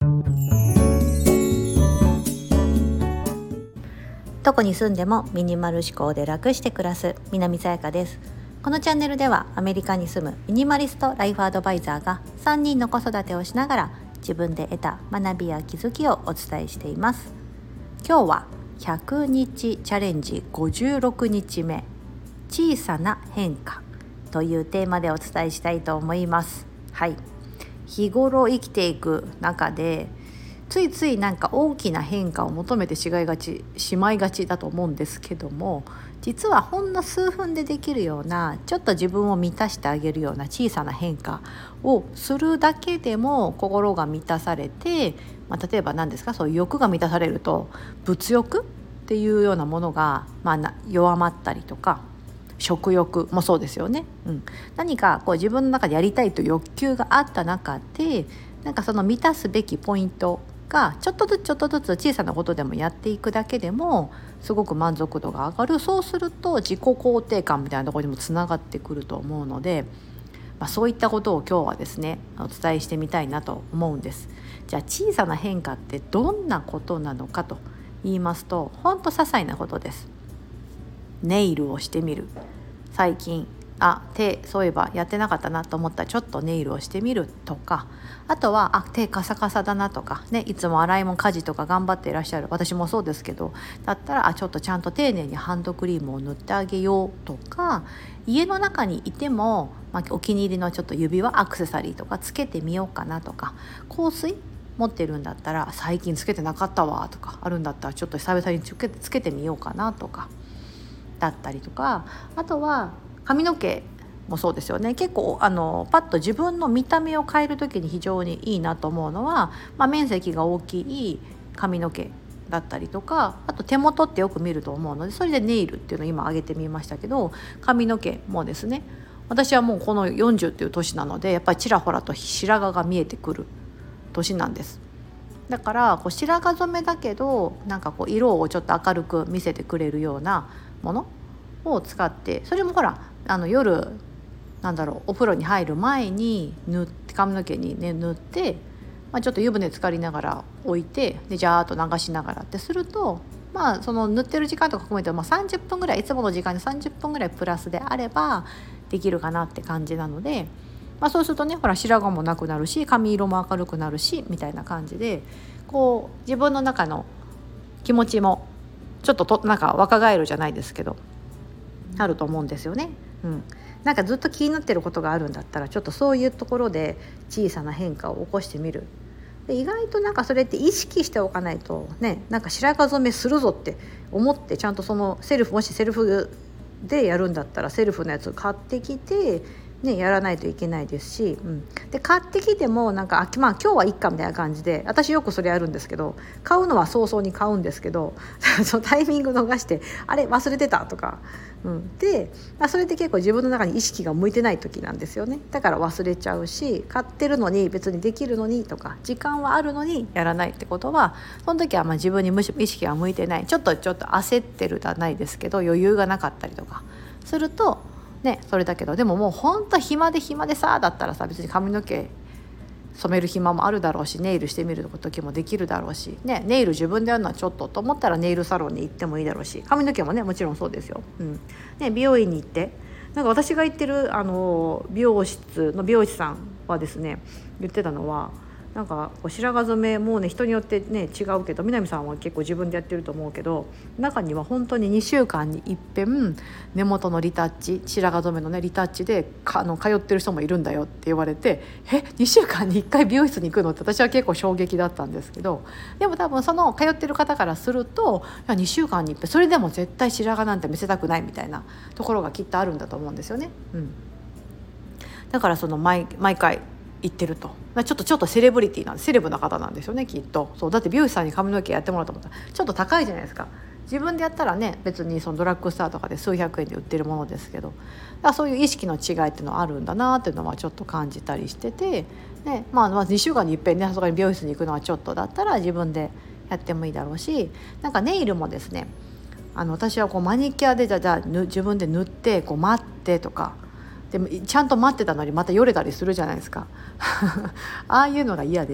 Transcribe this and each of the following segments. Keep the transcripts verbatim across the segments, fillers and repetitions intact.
どこに住んでもミニマル思考で楽して暮らす南さやかです。このチャンネルではアメリカに住むミニマリストライフアドバイザーがさんにんの子育てをしながら自分で得た学びや気づきをお伝えしています。今日はひゃくにちチャレンジごじゅうろくにちめ、小さな変化というテーマでお伝えしたいと思います。はい、日頃生きていく中でついついなんか大きな変化を求めてしまいがちしまいがちだと思うんですけども、実はほんの数分でできるような、ちょっと自分を満たしてあげるような小さな変化をするだけでも心が満たされて、まあ、例えば何ですか、そういう欲が満たされると物欲っていうようなものが、まあ、弱まったりとか、食欲もそうですよね、うん、何かこう自分の中でやりたいという欲求があった中で、なんかその満たすべきポイントがちょっとずつちょっとずつ小さなことでもやっていくだけでもすごく満足度が上がる。そうすると自己肯定感みたいなところにもつながってくると思うので、まあ、そういったことを今日はですねお伝えしてみたいなと思うんです。じゃあ小さな変化ってどんなことなのかと言いますと、ほんと些細なことです。ネイルをしてみる。最近あ手そういえばやってなかったなと思ったらちょっとネイルをしてみるとか、あとはあ手カサカサだなとかね、いつも洗い物家事とか頑張っていらっしゃる、私もそうですけど、だったらあちょっとちゃんと丁寧にハンドクリームを塗ってあげようとか、家の中にいても、まあ、お気に入りのちょっと指輪アクセサリーとかつけてみようかなとか、香水持ってるんだったら最近つけてなかったわとかあるんだったらちょっと久々につけてつけてみようかなとかだったりとか、あとは髪の毛もそうですよね。結構あのパッと自分の見た目を変える時に非常にいいなと思うのは、まあ、面積が大きい髪の毛だったりとか、あと手元ってよく見ると思うので、それでネイルっていうのを今挙げてみましたけど、髪の毛もですね、私はもうこのよんじゅうっていう年なので、やっぱりちらほらと白髪が見えてくる年なんです。だからこう白髪染めだけどなんかこう色をちょっと明るく見せてくれるようなものを使って、それもほらあの夜なんだろうお風呂に入る前に塗って髪の毛にね塗って、まあ、ちょっと湯船浸かりながら置いて、でジャーっと流しながらってすると、まあその塗ってる時間とか含めて、まあ、さんじゅっぷんぐらい、いつもの時間にさんじゅっぷんぐらいプラスであればできるかなって感じなので、まあ、そうするとねほら白髪もなくなるし髪色も明るくなるしみたいな感じで、こう自分の中の気持ちもちょっととなんか若返るじゃないですけどあると思うんですよね。うん、なんかずっと気になってることがあるんだったら、ちょっとそういうところで小さな変化を起こしてみる。で意外となんかそれって意識しておかないとね、なんか白髪染めするぞって思って、ちゃんとそのセルフもしセルフでやるんだったらセルフのやつ買ってきてね、やらないといけないですし、うん、で買ってきてもなんかあ、まあ、今日はいっかみたいな感じで、私よくそれやるんですけど、買うのは早々に買うんですけどそのタイミング逃してあれ忘れてたとか、うん、で、まあ、それって結構自分の中に意識が向いてない時なんですよね。だから忘れちゃうし、買ってるのに別にできるのにとか時間はあるのにやらないってことは、その時はまあ自分にむし意識が向いてない、ちょっとちょっと焦ってるじゃないですけど余裕がなかったりとかするとね、それだけど、でももうほんと暇で暇でさだったらさ、別に髪の毛染める暇もあるだろうし、ネイルしてみる時もできるだろうし、ね、ネイル自分でやるのはちょっとと思ったらネイルサロンに行ってもいいだろうし、髪の毛もねもちろんそうですよ、うんね、美容院に行って、なんか私が行ってるあの美容室の美容師さんはですね言ってたのは、なんかこう白髪染めもうね人によってね違うけど、南さんは結構自分でやってると思うけど、中には本当ににしゅうかんに一遍根元のリタッチ、白髪染めのねリタッチでかあの通ってる人もいるんだよって言われて、えにしゅうかんにいっかい美容室に行くのって私は結構衝撃だったんですけど、でも多分その通ってる方からすると、いやにしゅうかんにいっぺんそれでも絶対白髪なんて見せたくないみたいなところがきっとあるんだと思うんですよね、うん、だからその 毎, 毎回行ってると、ちょっとちょっとセレブリティなんでセレブな方なんですよねきっと。そうだって美容師さんに髪の毛やってもらおうと思ったらちょっと高いじゃないですか。自分でやったらね別にそのドラッグストアとかで数百円で売ってるものですけど、だからそういう意識の違いっていうのはあるんだなっていうのはちょっと感じたりしてて、ねまあ、まずにしゅうかんにいっぺんねそこに美容室に行くのはちょっとだったら自分でやってもいいだろうし、なんかネイルもですね、あの私はこうマニキュアでじゃあじゃあ自分で塗ってこう待ってとか、でもちゃんと待ってたのにまたよれたりするじゃないですかああいうのが嫌で、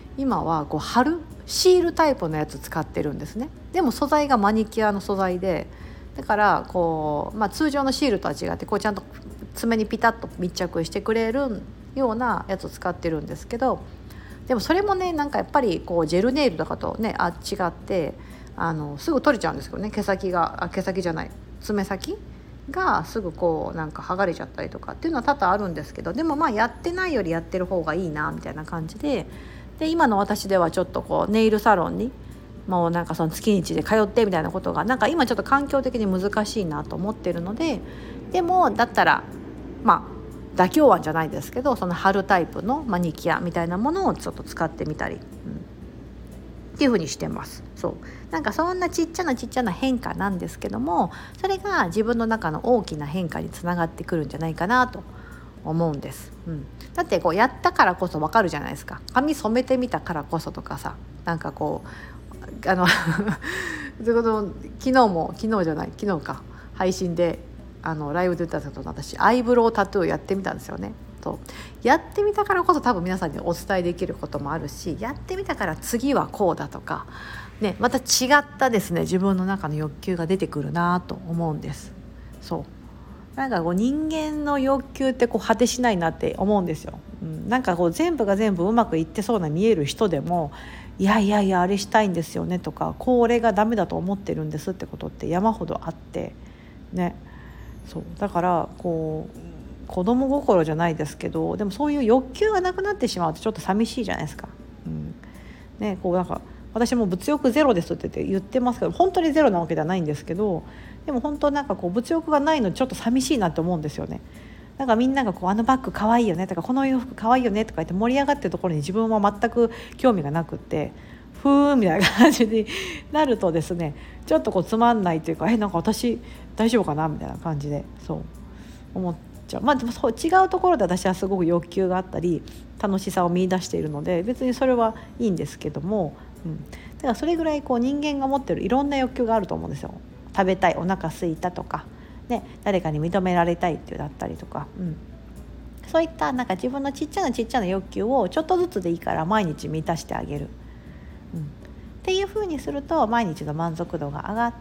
今はこう貼るシールタイプのやつ使ってるんですね。でも素材がマニキュアの素材で、だからこう、まあ、通常のシールとは違ってこうちゃんと爪にピタッと密着してくれるようなやつを使ってるんですけど、でもそれもねなんかやっぱりこうジェルネイルとかとねあ違ってあのすぐ取れちゃうんですけどね、毛先があ毛先じゃない爪先がすぐこうなんか剥がれちゃったりとかっていうのは多々あるんですけど、でもまあやってないよりやってる方がいいなみたいな感じで、で今の私ではちょっとこうネイルサロンにもうなんかその月日で通ってみたいなことがなんか今ちょっと環境的に難しいなと思ってるので、でもだったらまあ妥協案じゃないですけど、その貼るタイプのマニキュアみたいなものをちょっと使ってみたり、うん、っていう風にしてます。そうなんかそんなちっちゃなちっちゃな変化なんですけども、それが自分の中の大きな変化につながってくるんじゃないかなと思うんです、うん、だってこうやったからこそ分かるじゃないですか。髪染めてみたからこそとかさ、なんかこうあの昨日も昨日じゃない昨日か配信であのライブで言ったこと私アイブロウタトゥーやってみたんですよね。とやってみたからこそ多分皆さんにお伝えできることもあるし、やってみたから次はこうだとか、ね、また違ったですね自分の中の欲求が出てくるなと思うんです。そうなんかこう人間の欲求ってこう果てしないなって思うんですよ、うん、なんかこう全部が全部うまくいってそうな見える人でも、いやいやいやあれしたいんですよねとか、これがダメだと思ってるんですってことって山ほどあってね。そうだからこう子供心じゃないですけど、でもそういう欲求がなくなってしまうとちょっと寂しいじゃないですか、うんね、こうなんか私も物欲ゼロですって言ってますけど、本当にゼロなわけではないんですけど、でも本当なんかこう物欲がないのちょっと寂しいなって思うんですよね。なんかみんながこうあのバッグかわいいよねとかこの洋服かわいいよねとか言って盛り上がってるところに自分は全く興味がなくって、ふーんみたいな感じになるとですね、ちょっとこうつまんないというか、えなんか私大丈夫かなみたいな感じでそう思っちゃう。まあでもそう違うところで私はすごく欲求があったり楽しさを見出しているので別にそれはいいんですけども、うん、だからそれぐらいこう人間が持っているいろんな欲求があると思うんですよ。食べたい、お腹空いたとか、ね、誰かに認められたいっていうだったりとか、うん、そういったなんか自分のちっちゃなちっちゃな欲求をちょっとずつでいいから毎日満たしてあげる、うん、っていう風にすると毎日の満足度が上がって、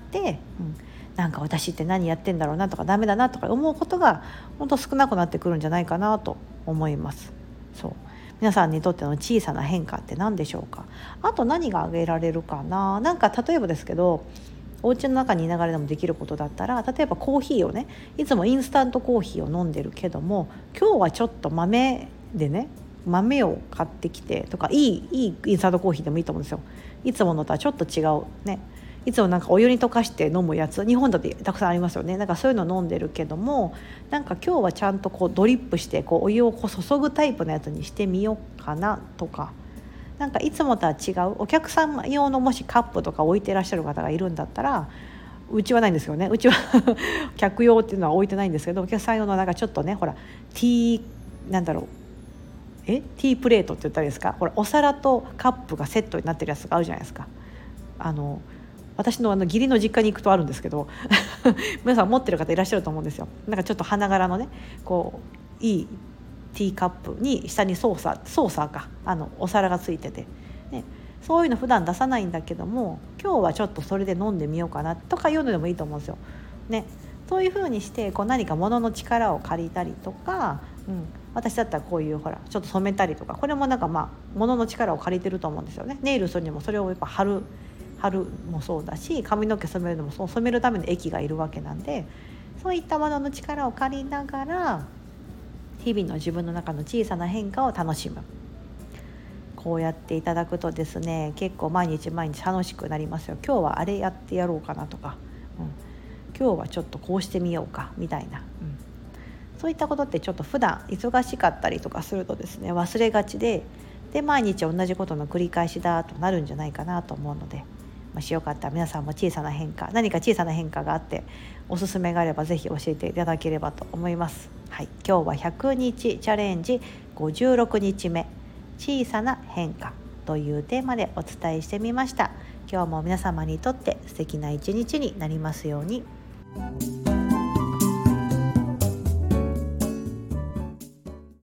うん、なんか私って何やってんだろうなとかダメだなとか思うことが本当少なくなってくるんじゃないかなと思います。そう皆さんにとっての小さな変化って何でしょうか。あと何が挙げられるかな。なんか例えばですけどお家の中にいながらでもできることだったら、例えばコーヒーをねいつもインスタントコーヒーを飲んでるけども今日はちょっと豆でね豆を買ってきてとか、いいいいインスタントコーヒーでもいいと思うんですよ。いつものとはちょっと違うね、いつもなんかお湯に溶かして飲むやつ日本だってたくさんありますよね。なんかそういうの飲んでるけども、なんか今日はちゃんとこうドリップしてこうお湯をこう注ぐタイプのやつにしてみようかなとか、なんかいつもとは違うお客さん用のもしカップとか置いてらっしゃる方がいるんだったら、うちはないんですよね。うちは客用っていうのは置いてないんですけど、お客さん用のなんかちょっとねほらティーなんだろうえティープレートって言ったらいいですか、ほらお皿とカップがセットになってるやつがあるじゃないですか。あの私のあの義理の実家に行くとあるんですけど皆さん持ってる方いらっしゃると思うんですよ。なんかちょっと花柄のねこういいティーカップに下にソーサーソーサーかあのお皿がついてて、ね、そういうの普段出さないんだけども今日はちょっとそれで飲んでみようかなとかいうのでもいいと思うんですよ、ね、そういう風にしてこう何か物の力を借りたりとか、うん、私だったらこういうほらちょっと染めたりとか、これもなんかまあ物の力を借りてると思うんですよね。ネイルするにもそれをやっぱ貼る貼るもそうだし、髪の毛染めるのもそう、染めるための液がいるわけなんで、そういったものの力を借りながら日々の自分の中の小さな変化を楽しむ。こうやっていただくとですね結構毎日毎日楽しくなりますよ。今日はあれやってやろうかなとか、うん、今日はちょっとこうしてみようかみたいな、うん、そういったことってちょっと普段忙しかったりとかするとですね忘れがちでで毎日同じことの繰り返しだとなるんじゃないかなと思うので、もしよかったら皆さんも小さな変化何か小さな変化があっておすすめがあればぜひ教えていただければと思います。はい、今日はひゃくにちチャレンジごじゅうろくにちめ小さな変化というテーマでお伝えしてみました。今日も皆様にとって素敵な一日になりますように。